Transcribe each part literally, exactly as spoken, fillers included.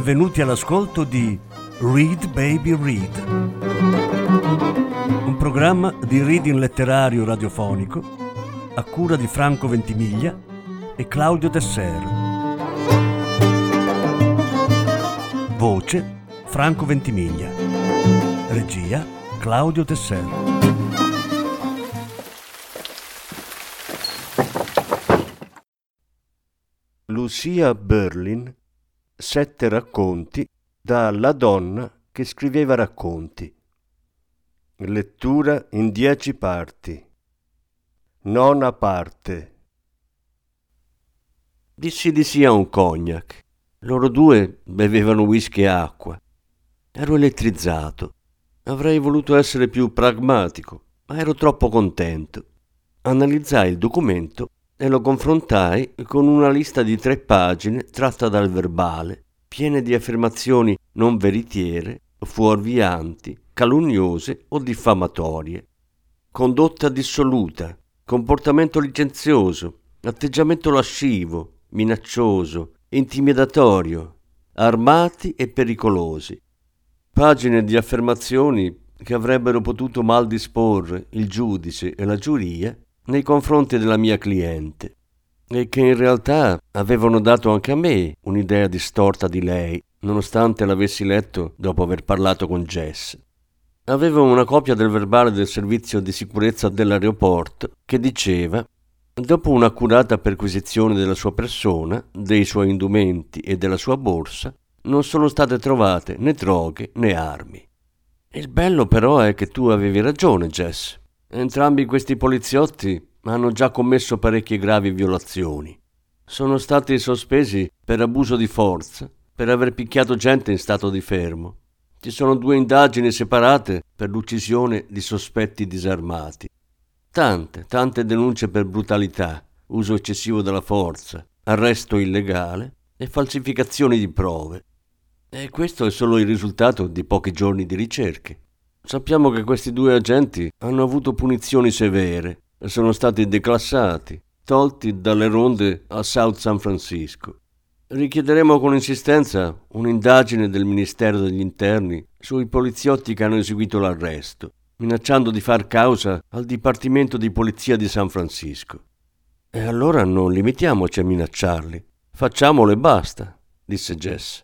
benvenuti all'ascolto di Read Baby Read, un programma di reading letterario radiofonico a cura di Franco Ventimiglia e Claudio Desser. Voce Franco Ventimiglia. Regia Claudio Desser. Lucia Berlin, Sette racconti da La donna che scriveva racconti. Lettura in dieci parti. Nona parte. Dissi di sì a un cognac. Loro due bevevano whisky e acqua. Ero elettrizzato. Avrei voluto essere più pragmatico, ma ero troppo contento. Analizzai il documento e lo confrontai con una lista di tre pagine tratta dal verbale, piene di affermazioni non veritiere, fuorvianti, calunniose o diffamatorie. Condotta dissoluta, comportamento licenzioso, atteggiamento lascivo, minaccioso, intimidatorio, armati e pericolosi. Pagine di affermazioni che avrebbero potuto mal disporre il giudice e la giuria nei confronti della mia cliente, e che in realtà avevano dato anche a me un'idea distorta di lei, nonostante l'avessi letto dopo aver parlato con Jess. Avevo una copia del verbale del servizio di sicurezza dell'aeroporto che diceva: dopo un'accurata perquisizione della sua persona, dei suoi indumenti e della sua borsa, non sono state trovate né droghe né armi. Il bello però è che tu avevi ragione, Jess. Entrambi questi poliziotti hanno già commesso parecchie gravi violazioni. Sono stati sospesi per abuso di forza, per aver picchiato gente in stato di fermo. Ci sono due indagini separate per l'uccisione di sospetti disarmati. Tante, tante denunce per brutalità, uso eccessivo della forza, arresto illegale e falsificazioni di prove. E questo è solo il risultato di pochi giorni di ricerche. Sappiamo che questi due agenti hanno avuto punizioni severe e sono stati declassati, tolti dalle ronde a South San Francisco. Richiederemo con insistenza un'indagine del Ministero degli Interni sui poliziotti che hanno eseguito l'arresto, minacciando di far causa al Dipartimento di Polizia di San Francisco. E allora non limitiamoci a minacciarli, facciamolo e basta, disse Jess.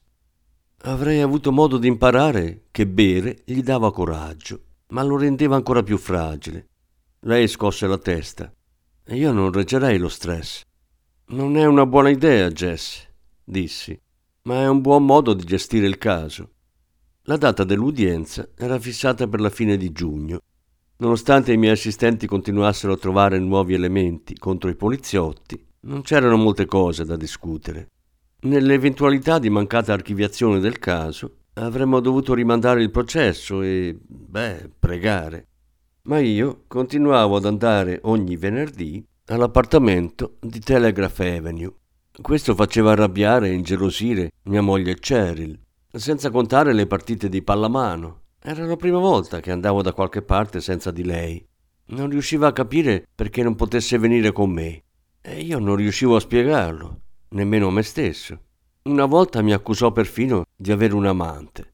Avrei avuto modo di imparare che bere gli dava coraggio, ma lo rendeva ancora più fragile. Lei scosse la testa. Io non reggerei lo stress. Non è una buona idea, Jess, dissi, ma è un buon modo di gestire il caso. La data dell'udienza era fissata per la fine di giugno. Nonostante i miei assistenti continuassero a trovare nuovi elementi contro i poliziotti, non c'erano molte cose da discutere. Nell'eventualità di mancata archiviazione del caso, avremmo dovuto rimandare il processo e, beh, pregare. Ma io continuavo ad andare ogni venerdì all'appartamento di Telegraph Avenue. Questo faceva arrabbiare e ingelosire mia moglie Cheryl, senza contare le partite di pallamano. Era la prima volta che andavo da qualche parte senza di lei. Non riusciva a capire perché non potesse venire con me, e io non riuscivo a spiegarlo, nemmeno a me stesso. Una volta mi accusò perfino di avere un amante.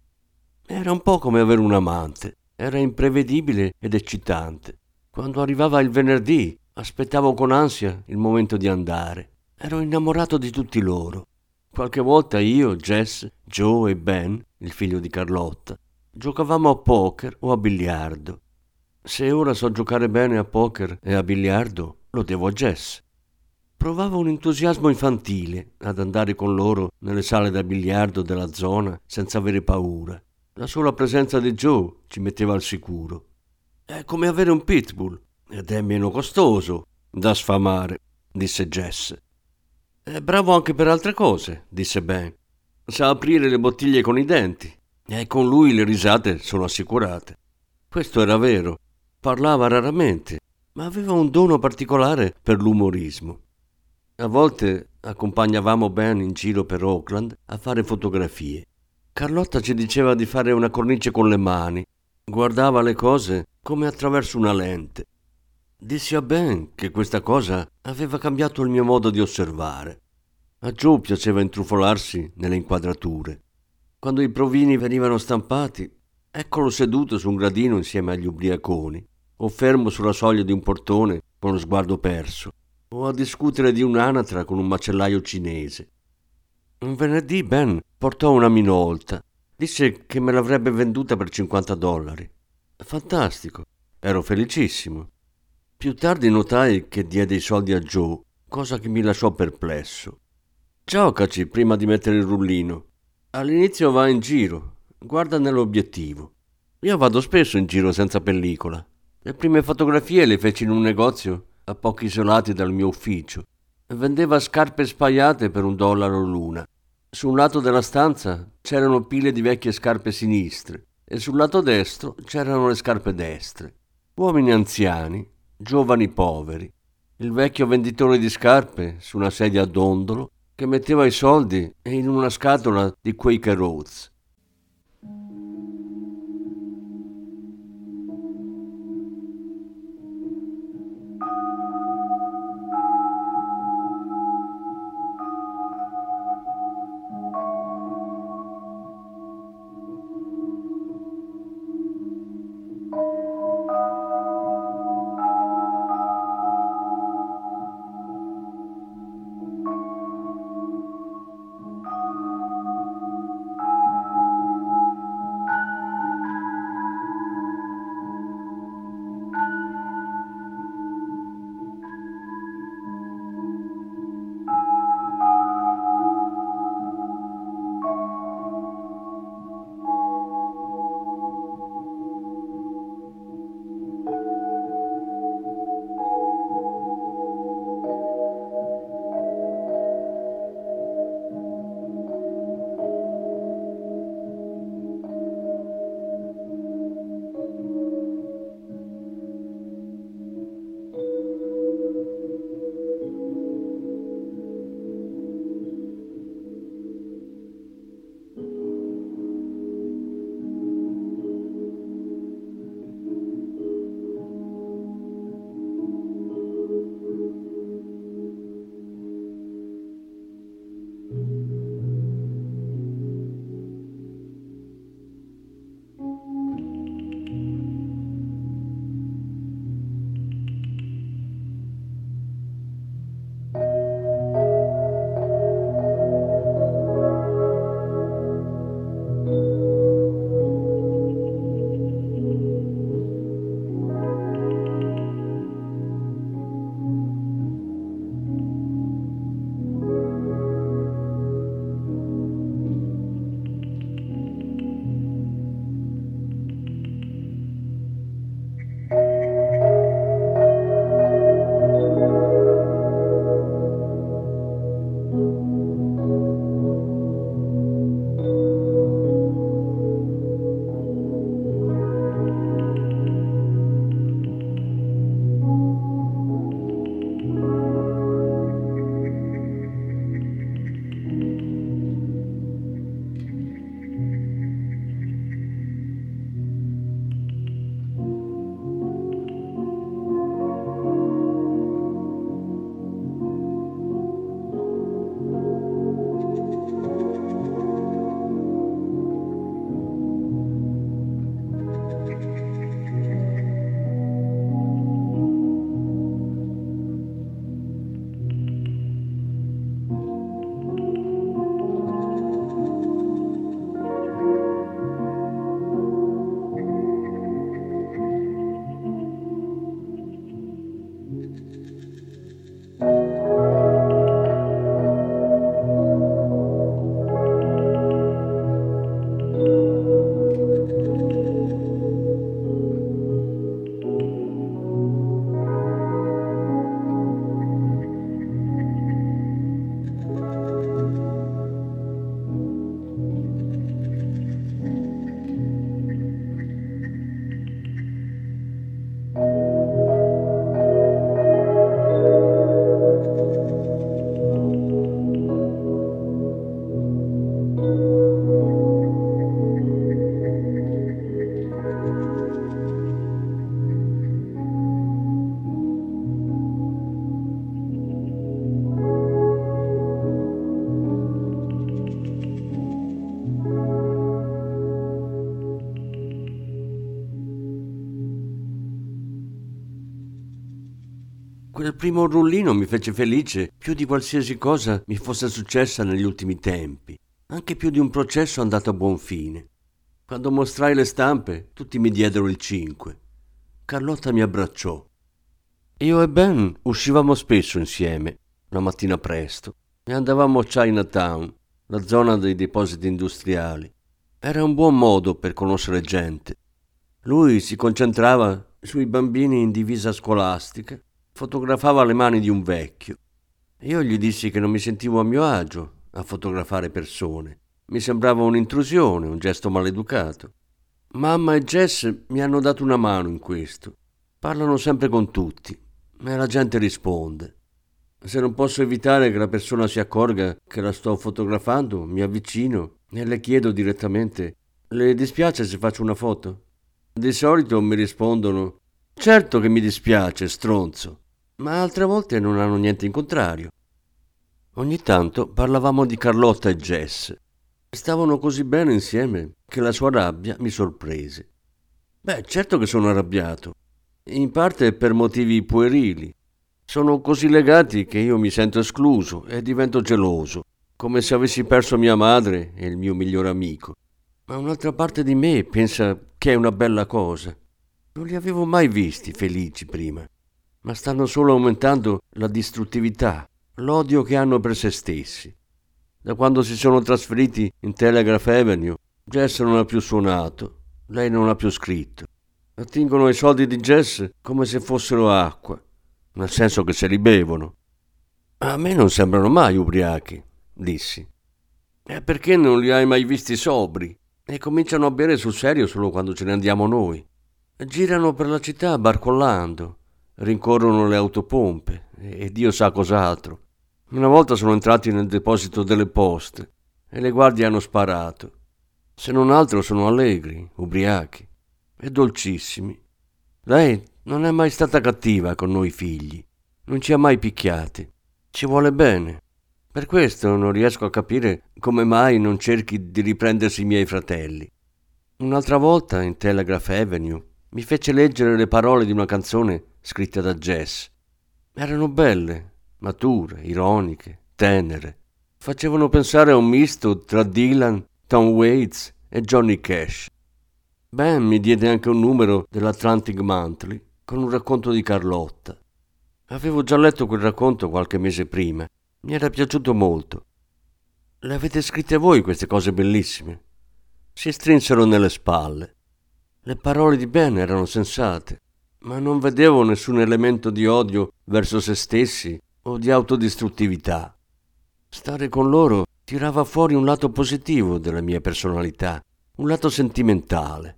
Era un po' come avere un amante. Era imprevedibile ed eccitante. Quando arrivava il venerdì, aspettavo con ansia il momento di andare. Ero innamorato di tutti loro. Qualche volta io, Jess, Joe e Ben, il figlio di Carlotta, giocavamo a poker o a biliardo. Se ora so giocare bene a poker e a biliardo, lo devo a Jess. Provavo un entusiasmo infantile ad andare con loro nelle sale da biliardo della zona senza avere paura. La sola presenza di Joe ci metteva al sicuro. È come avere un pitbull, ed è meno costoso da sfamare, disse Jess. È bravo anche per altre cose, disse Ben. Sa aprire le bottiglie con i denti, e con lui le risate sono assicurate. Questo era vero. Parlava raramente, ma aveva un dono particolare per l'umorismo. A volte accompagnavamo Ben in giro per Oakland a fare fotografie. Carlotta ci diceva di fare una cornice con le mani. Guardava le cose come attraverso una lente. Dissi a Ben che questa cosa aveva cambiato il mio modo di osservare. A Joe piaceva intrufolarsi nelle inquadrature. Quando i provini venivano stampati, eccolo seduto su un gradino insieme agli ubriaconi, o fermo sulla soglia di un portone con lo sguardo perso, o a discutere di un'anatra con un macellaio cinese. Un venerdì Ben portò una minolta. Disse che me l'avrebbe venduta per cinquanta dollari. Fantastico, ero felicissimo. Più tardi notai che diede i soldi a Joe, cosa che mi lasciò perplesso. Giocaci prima di mettere il rullino. All'inizio va in giro, guarda nell'obiettivo. Io vado spesso in giro senza pellicola. Le prime fotografie le feci in un negozio a pochi isolati dal mio ufficio. Vendeva scarpe spaiate per un dollaro l'una. Su un lato della stanza c'erano pile di vecchie scarpe sinistre e sul lato destro c'erano le scarpe destre. Uomini anziani, giovani poveri. Il vecchio venditore di scarpe su una sedia a dondolo che metteva i soldi in una scatola di Quaker Oats. Quel primo rullino mi fece felice più di qualsiasi cosa mi fosse successa negli ultimi tempi, anche più di un processo andato a buon fine. Quando mostrai le stampe, tutti mi diedero il cinque. Carlotta mi abbracciò. Io e Ben uscivamo spesso insieme, la mattina presto, e andavamo a Chinatown, la zona dei depositi industriali. Era un buon modo per conoscere gente. Lui si concentrava sui bambini in divisa scolastica, fotografava le mani di un vecchio. Io gli dissi che non mi sentivo a mio agio a fotografare persone. Mi sembrava un'intrusione, un gesto maleducato. Mamma e Jess mi hanno dato una mano in questo. Parlano sempre con tutti e la gente risponde. Se non posso evitare che la persona si accorga che la sto fotografando, mi avvicino e le chiedo direttamente: le dispiace se faccio una foto? Di solito mi rispondono: certo che mi dispiace, stronzo, ma altre volte non hanno niente in contrario. Ogni tanto parlavamo di Carlotta e Jess. Stavano così bene insieme che la sua rabbia mi sorprese. Beh, certo che sono arrabbiato, in parte per motivi puerili. Sono così legati che io mi sento escluso e divento geloso, come se avessi perso mia madre e il mio migliore amico. Ma un'altra parte di me pensa che è una bella cosa. Non li avevo mai visti felici prima, ma stanno solo aumentando la distruttività, l'odio che hanno per se stessi. Da quando si sono trasferiti in Telegraph Avenue, Jess non ha più suonato, lei non ha più scritto. Attingono i soldi di Jess come se fossero acqua, nel senso che se li bevono. A me non sembrano mai ubriachi, dissi. È perché non li hai mai visti sobri e cominciano a bere sul serio solo quando ce ne andiamo noi. Girano per la città barcollando, rincorrono le autopompe e Dio sa cos'altro. Una volta sono entrati nel deposito delle poste e le guardie hanno sparato. Se non altro sono allegri, ubriachi e dolcissimi. Lei non è mai stata cattiva con noi figli, non ci ha mai picchiati, ci vuole bene. Per questo non riesco a capire come mai non cerchi di riprendersi i miei fratelli. Un'altra volta in Telegraph Avenue mi fece leggere le parole di una canzone scritta da Jess. Erano belle, mature, ironiche, tenere. Facevano pensare a un misto tra Dylan, Tom Waits e Johnny Cash. Ben mi diede anche un numero dell'Atlantic Monthly con un racconto di Carlotta. Avevo già letto quel racconto qualche mese prima. Mi era piaciuto molto. Le avete scritte voi queste cose bellissime? Si strinsero nelle spalle. Le parole di Ben erano sensate, ma non vedevo nessun elemento di odio verso se stessi o di autodistruttività. Stare con loro tirava fuori un lato positivo della mia personalità, un lato sentimentale.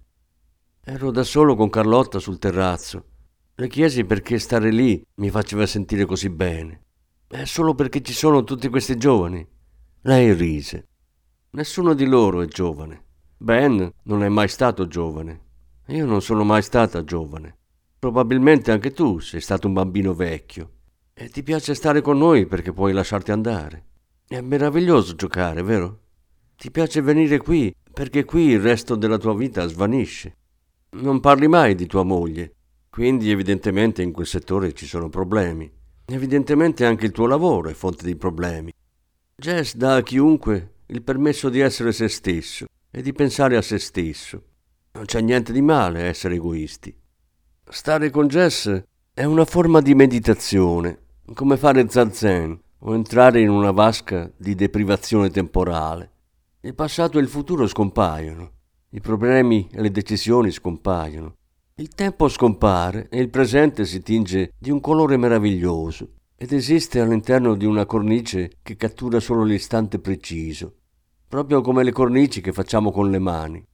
Ero da solo con Carlotta sul terrazzo. Le chiesi perché stare lì mi faceva sentire così bene. È solo perché ci sono tutti questi giovani. Lei rise. Nessuno di loro è giovane. Ben non è mai stato giovane. Io non sono mai stata giovane. Probabilmente anche tu sei stato un bambino vecchio. E ti piace stare con noi perché puoi lasciarti andare. È meraviglioso giocare, vero? Ti piace venire qui perché qui il resto della tua vita svanisce. Non parli mai di tua moglie, quindi evidentemente in quel settore ci sono problemi. Evidentemente anche il tuo lavoro è fonte di problemi. Jess dà a chiunque il permesso di essere se stesso e di pensare a se stesso. Non c'è niente di male a essere egoisti. Stare con Jess è una forma di meditazione, come fare zazen o entrare in una vasca di deprivazione temporale. Il passato e il futuro scompaiono, i problemi e le decisioni scompaiono. Il tempo scompare e il presente si tinge di un colore meraviglioso ed esiste all'interno di una cornice che cattura solo l'istante preciso, proprio come le cornici che facciamo con le mani.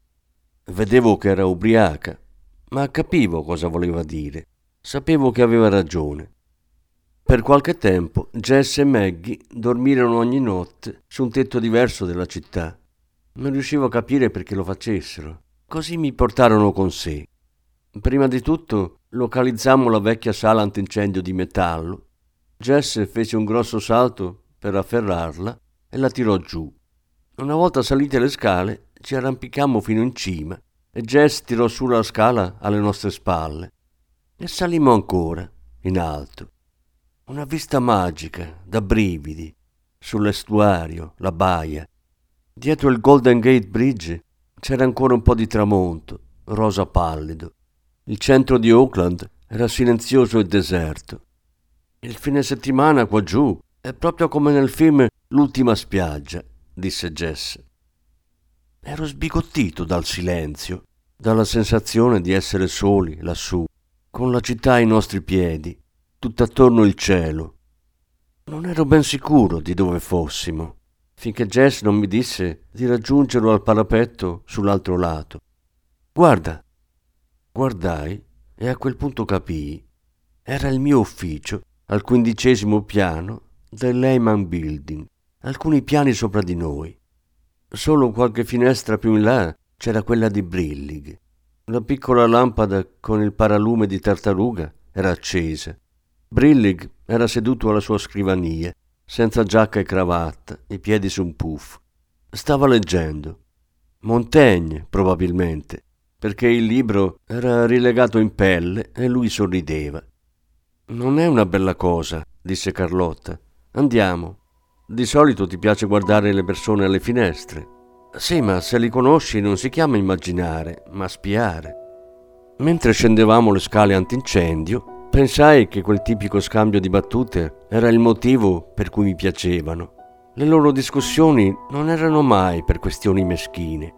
Vedevo che era ubriaca, ma capivo cosa voleva dire. Sapevo che aveva ragione. Per qualche tempo Jess e Maggie dormirono ogni notte su un tetto diverso della città. Non riuscivo a capire perché lo facessero. Così mi portarono con sé. Prima di tutto localizzammo la vecchia sala antincendio di metallo. Jess fece un grosso salto per afferrarla e la tirò giù. Una volta salite le scale ci arrampicammo fino in cima e Jess tirò su la scala alle nostre spalle. E salimmo ancora, in alto. Una vista magica, da brividi, sull'estuario, la baia. Dietro il Golden Gate Bridge c'era ancora un po' di tramonto, rosa pallido. Il centro di Auckland era silenzioso e deserto. Il fine settimana qua giù è proprio come nel film L'ultima spiaggia, disse Jess. Ero sbigottito dal silenzio, dalla sensazione di essere soli lassù, con la città ai nostri piedi, tutt'attorno il cielo. Non ero ben sicuro di dove fossimo, finché Jess non mi disse di raggiungerlo al parapetto sull'altro lato. Guarda! Guardai e a quel punto capii. Era il mio ufficio al quindicesimo piano del Lehman Building, alcuni piani sopra di noi. Solo qualche finestra più in là c'era quella di Brillig. La piccola lampada con il paralume di tartaruga era accesa. Brillig era seduto alla sua scrivania, senza giacca e cravatta, i piedi su un puff. Stava leggendo. Montaigne, probabilmente, perché il libro era rilegato in pelle e lui sorrideva. «Non è una bella cosa», disse Carlotta. «Andiamo. Di solito ti piace guardare le persone alle finestre». «Sì, ma se li conosci non si chiama immaginare, ma spiare». Mentre scendevamo le scale antincendio, pensai che quel tipico scambio di battute era il motivo per cui mi piacevano. Le loro discussioni non erano mai per questioni meschine.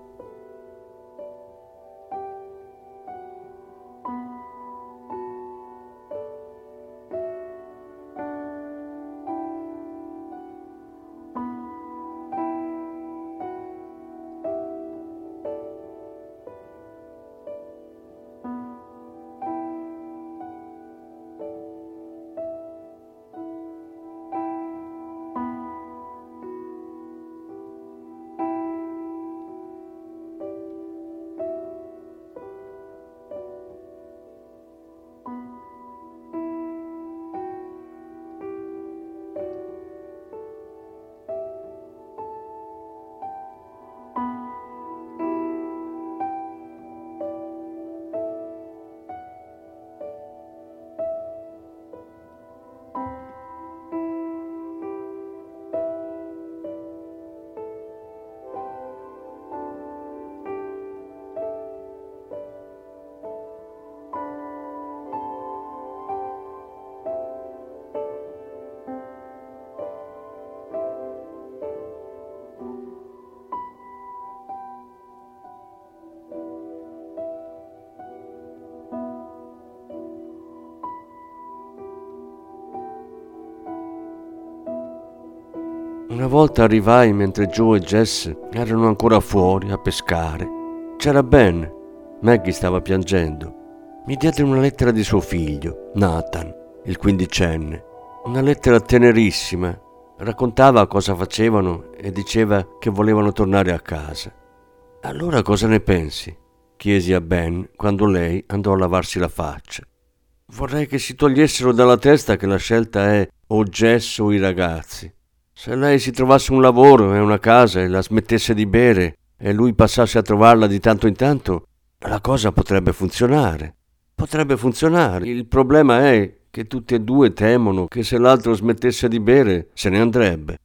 Una volta arrivai mentre Joe e Jess erano ancora fuori a pescare. C'era Ben. Maggie stava piangendo. Mi diede una lettera di suo figlio, Nathan, il quindicenne. Una lettera tenerissima. Raccontava cosa facevano e diceva che volevano tornare a casa. «Allora cosa ne pensi?» chiesi a Ben quando lei andò a lavarsi la faccia. «Vorrei che si togliessero dalla testa che la scelta è o Jess o i ragazzi. Se lei si trovasse un lavoro e una casa e la smettesse di bere e lui passasse a trovarla di tanto in tanto, la cosa potrebbe funzionare. Potrebbe funzionare. Il problema è che tutti e due temono che se l'altro smettesse di bere se ne andrebbe.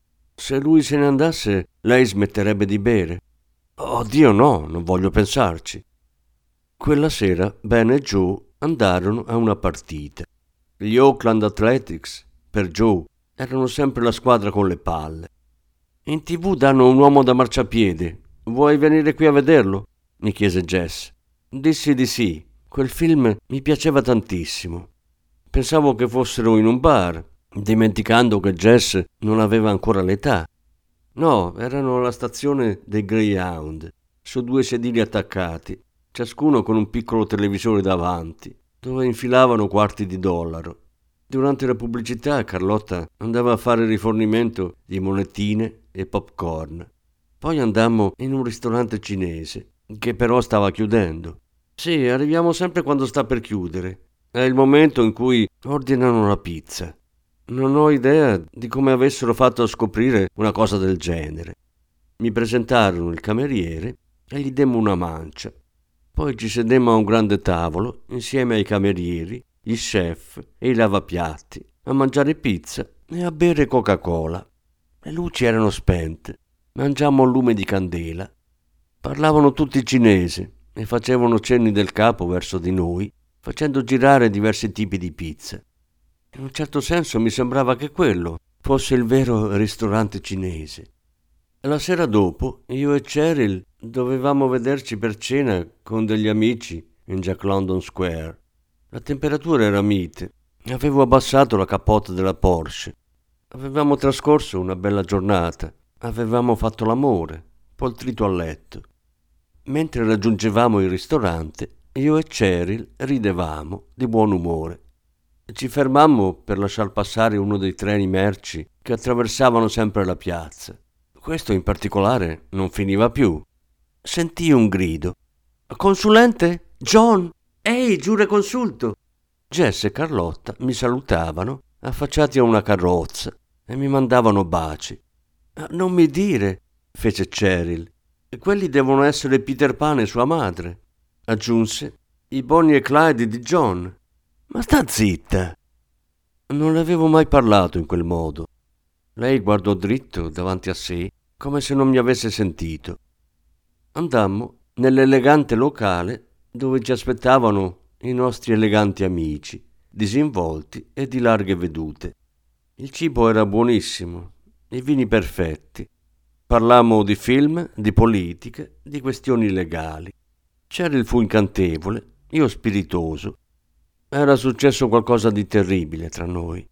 Se lui se ne andasse, lei smetterebbe di bere. Oddio no, non voglio pensarci». Quella sera Ben e Joe andarono a una partita. Gli Auckland Athletics, per Joe, erano sempre la squadra con le palle. «In tivù danno un uomo da marciapiede. Vuoi venire qui a vederlo?» mi chiese Jess. Dissi di sì. Quel film mi piaceva tantissimo. Pensavo che fossero in un bar, dimenticando che Jess non aveva ancora l'età. No, erano alla stazione dei Greyhound, su due sedili attaccati, ciascuno con un piccolo televisore davanti, dove infilavano quarti di dollaro. Durante la pubblicità Carlotta andava a fare rifornimento di monetine e popcorn. Poi andammo in un ristorante cinese, che però stava chiudendo. Sì, arriviamo sempre quando sta per chiudere. È il momento in cui ordinano la pizza. Non ho idea di come avessero fatto a scoprire una cosa del genere. Mi presentarono il cameriere e gli demmo una mancia. Poi ci sedemmo a un grande tavolo insieme ai camerieri, gli chef e i lavapiatti a mangiare pizza e a bere Coca-Cola. Le luci erano spente, mangiammo un lume di candela. Parlavano tutti cinese e facevano cenni del capo verso di noi, facendo girare diversi tipi di pizza. In un certo senso mi sembrava che quello fosse il vero ristorante cinese. La sera dopo, io e Cheryl dovevamo vederci per cena con degli amici in Jack London Square. La temperatura era mite. Avevo abbassato la capota della Porsche. Avevamo trascorso una bella giornata. Avevamo fatto l'amore, poltrito a letto. Mentre raggiungevamo il ristorante, io e Cheryl ridevamo di buon umore. Ci fermammo per lasciar passare uno dei treni merci che attraversavano sempre la piazza. Questo in particolare non finiva più. Sentii un grido. «Consulente? John? Ehi, giureconsulto!» Jess e Carlotta mi salutavano, affacciati a una carrozza, e mi mandavano baci. «Non mi dire», fece Cheryl. «Quelli devono essere Peter Pan e sua madre», aggiunse. «I Bonnie e Clyde di John». «Ma sta zitta!» Non le avevo mai parlato in quel modo. Lei guardò dritto davanti a sé, come se non mi avesse sentito. Andammo nell'elegante locale dove ci aspettavano i nostri eleganti amici, disinvolti e di larghe vedute. Il cibo era buonissimo, i vini perfetti. Parlammo di film, di politica, di questioni legali. Cheryl fu incantevole, io spiritoso. Era successo qualcosa di terribile tra noi.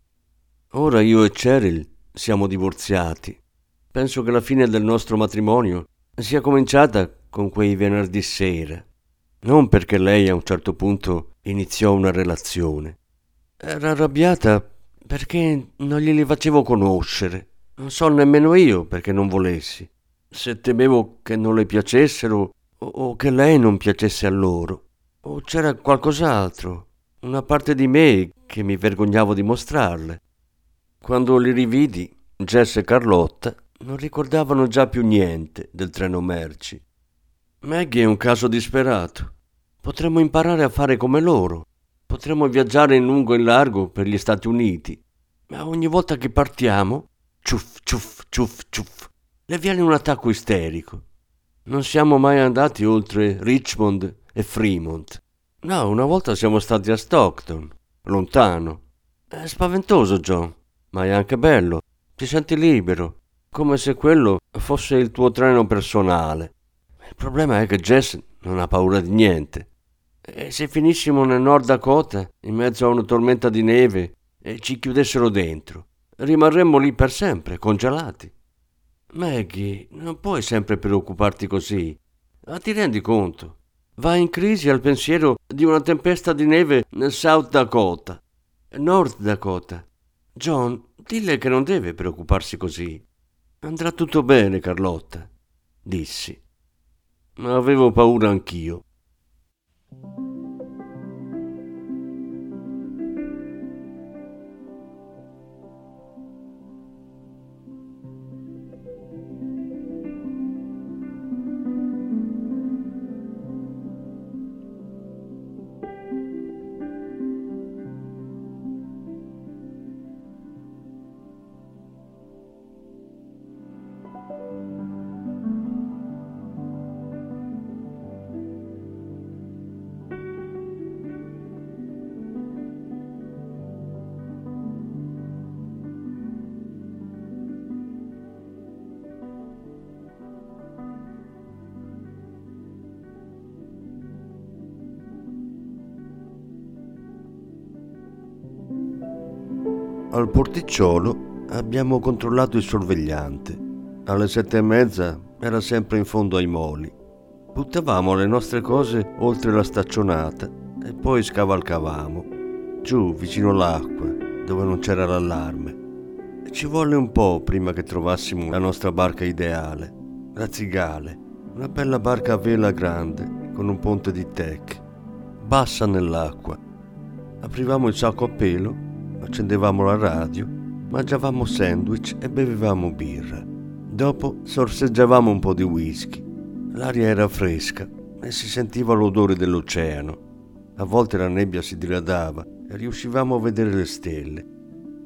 Ora io e Cheryl siamo divorziati. Penso che la fine del nostro matrimonio sia cominciata con quei venerdì sera. Non perché lei a un certo punto iniziò una relazione. Era arrabbiata perché non glieli facevo conoscere. Non so nemmeno io perché non volessi. Se temevo che non le piacessero o, o che lei non piacesse a loro. O c'era qualcos'altro, una parte di me che mi vergognavo di mostrarle. Quando li rividi, Jess e Carlotta non ricordavano già più niente del treno merci. Maggie è un caso disperato. Potremmo imparare a fare come loro. Potremmo viaggiare in lungo e in largo per gli Stati Uniti. Ma ogni volta che partiamo, ciuff, ciuff, ciuff, ciuff, le viene un attacco isterico. Non siamo mai andati oltre Richmond e Fremont. No, una volta siamo stati a Stockton, lontano. È spaventoso, John, ma è anche bello. Ti senti libero, come se quello fosse il tuo treno personale. Il problema è che Jess non ha paura di niente. E se finissimo nel Nord Dakota, in mezzo a una tormenta di neve, e ci chiudessero dentro, rimarremmo lì per sempre, congelati. Maggie, non puoi sempre preoccuparti così. Ma ti rendi conto? Vai in crisi al pensiero di una tempesta di neve nel South Dakota. North Dakota. John, dille che non deve preoccuparsi così. Andrà tutto bene, Carlotta, dissi. Ma avevo paura anch'io. Al porticciolo abbiamo controllato il sorvegliante. Alle sette e mezza era sempre in fondo ai moli. Buttavamo le nostre cose oltre la staccionata e poi scavalcavamo, giù vicino all'acqua, dove non c'era l'allarme. Ci volle un po' prima che trovassimo la nostra barca ideale, la Zigale, una bella barca a vela grande con un ponte di teck, bassa nell'acqua. Aprivamo il sacco a pelo, accendevamo la radio, mangiavamo sandwich e bevevamo birra. Dopo sorseggiavamo un po' di whisky. L'aria era fresca e si sentiva l'odore dell'oceano. A volte la nebbia si diradava e riuscivamo a vedere le stelle.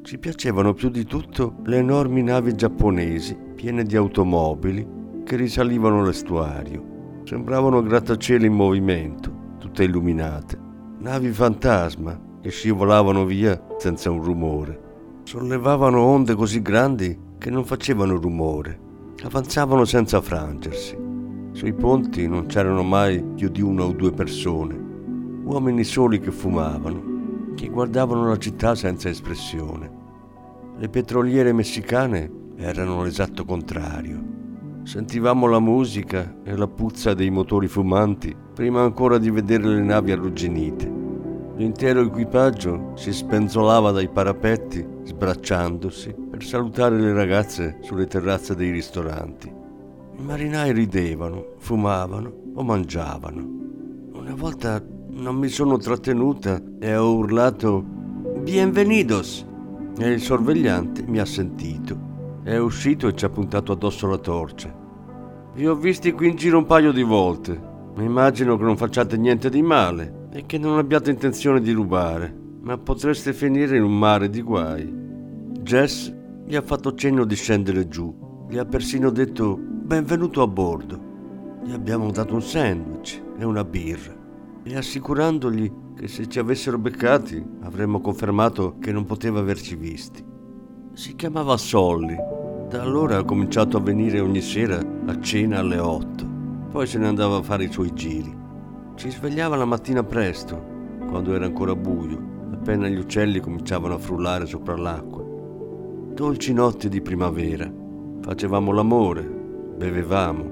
Ci piacevano più di tutto le enormi navi giapponesi piene di automobili che risalivano l'estuario. Sembravano grattacieli in movimento, tutte illuminate. Navi fantasma che scivolavano via senza un rumore. Sollevavano onde così grandi che non facevano rumore. Avanzavano senza frangersi. Sui ponti non c'erano mai più di una o due persone. Uomini soli che fumavano, che guardavano la città senza espressione. Le petroliere messicane erano l'esatto contrario. Sentivamo la musica e la puzza dei motori fumanti prima ancora di vedere le navi arrugginite. L'intero equipaggio si spenzolava dai parapetti, sbracciandosi per salutare le ragazze sulle terrazze dei ristoranti. I marinai ridevano, fumavano o mangiavano. Una volta non mi sono trattenuta e ho urlato «Bienvenidos!» e il sorvegliante mi ha sentito. È uscito e ci ha puntato addosso la torcia. «Vi ho visti qui in giro un paio di volte. Immagino che non facciate niente di male e che non abbiate intenzione di rubare, ma potreste finire in un mare di guai». Jess gli ha fatto cenno di scendere giù. Gli ha persino detto «benvenuto a bordo». Gli abbiamo dato un sandwich e una birra e assicurandogli che se ci avessero beccati avremmo confermato che non poteva averci visti. Si chiamava Solly. Da allora ha cominciato a venire ogni sera a cena alle otto. Poi se ne andava a fare i suoi giri. Ci svegliava la mattina presto, quando era ancora buio, appena gli uccelli cominciavano a frullare sopra l'acqua. Dolci notti di primavera. Facevamo l'amore, bevevamo,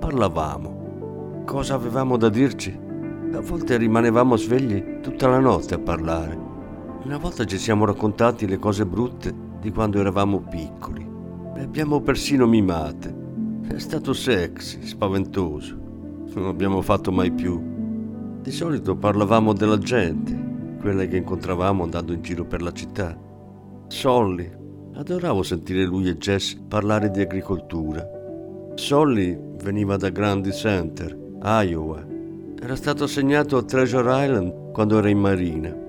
parlavamo. Cosa avevamo da dirci? A volte rimanevamo svegli tutta la notte a parlare. Una volta ci siamo raccontati le cose brutte di quando eravamo piccoli. Le abbiamo persino mimate. È stato sexy, spaventoso. Non abbiamo fatto mai più. Di solito parlavamo della gente, quelle che incontravamo andando in giro per la città. Solly. Adoravo sentire lui e Jess parlare di agricoltura. Solly veniva da Grundy Center, Iowa. Era stato assegnato a Treasure Island quando era in marina.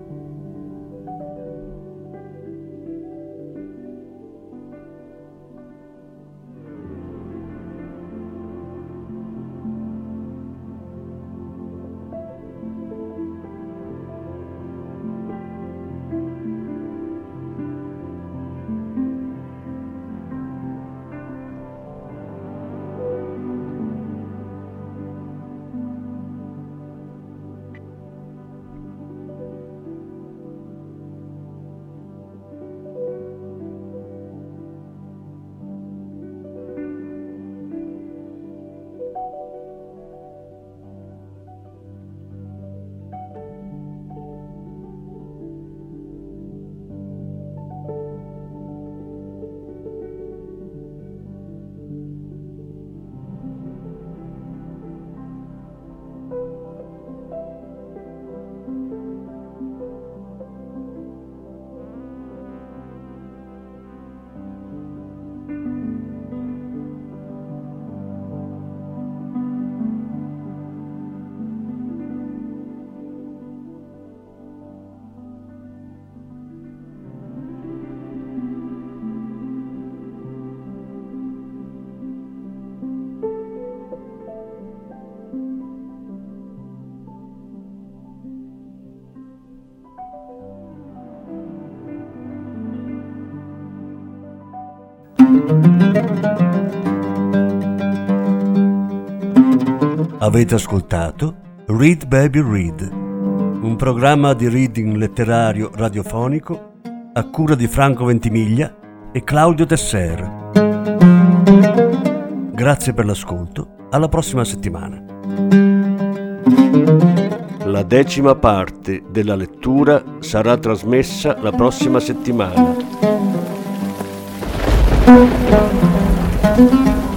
Avete ascoltato Read Baby Read, un programma di reading letterario radiofonico a cura di Franco Ventimiglia e Claudio Tesser. Grazie per l'ascolto, alla prossima settimana. La decima parte della lettura sarà trasmessa la prossima settimana.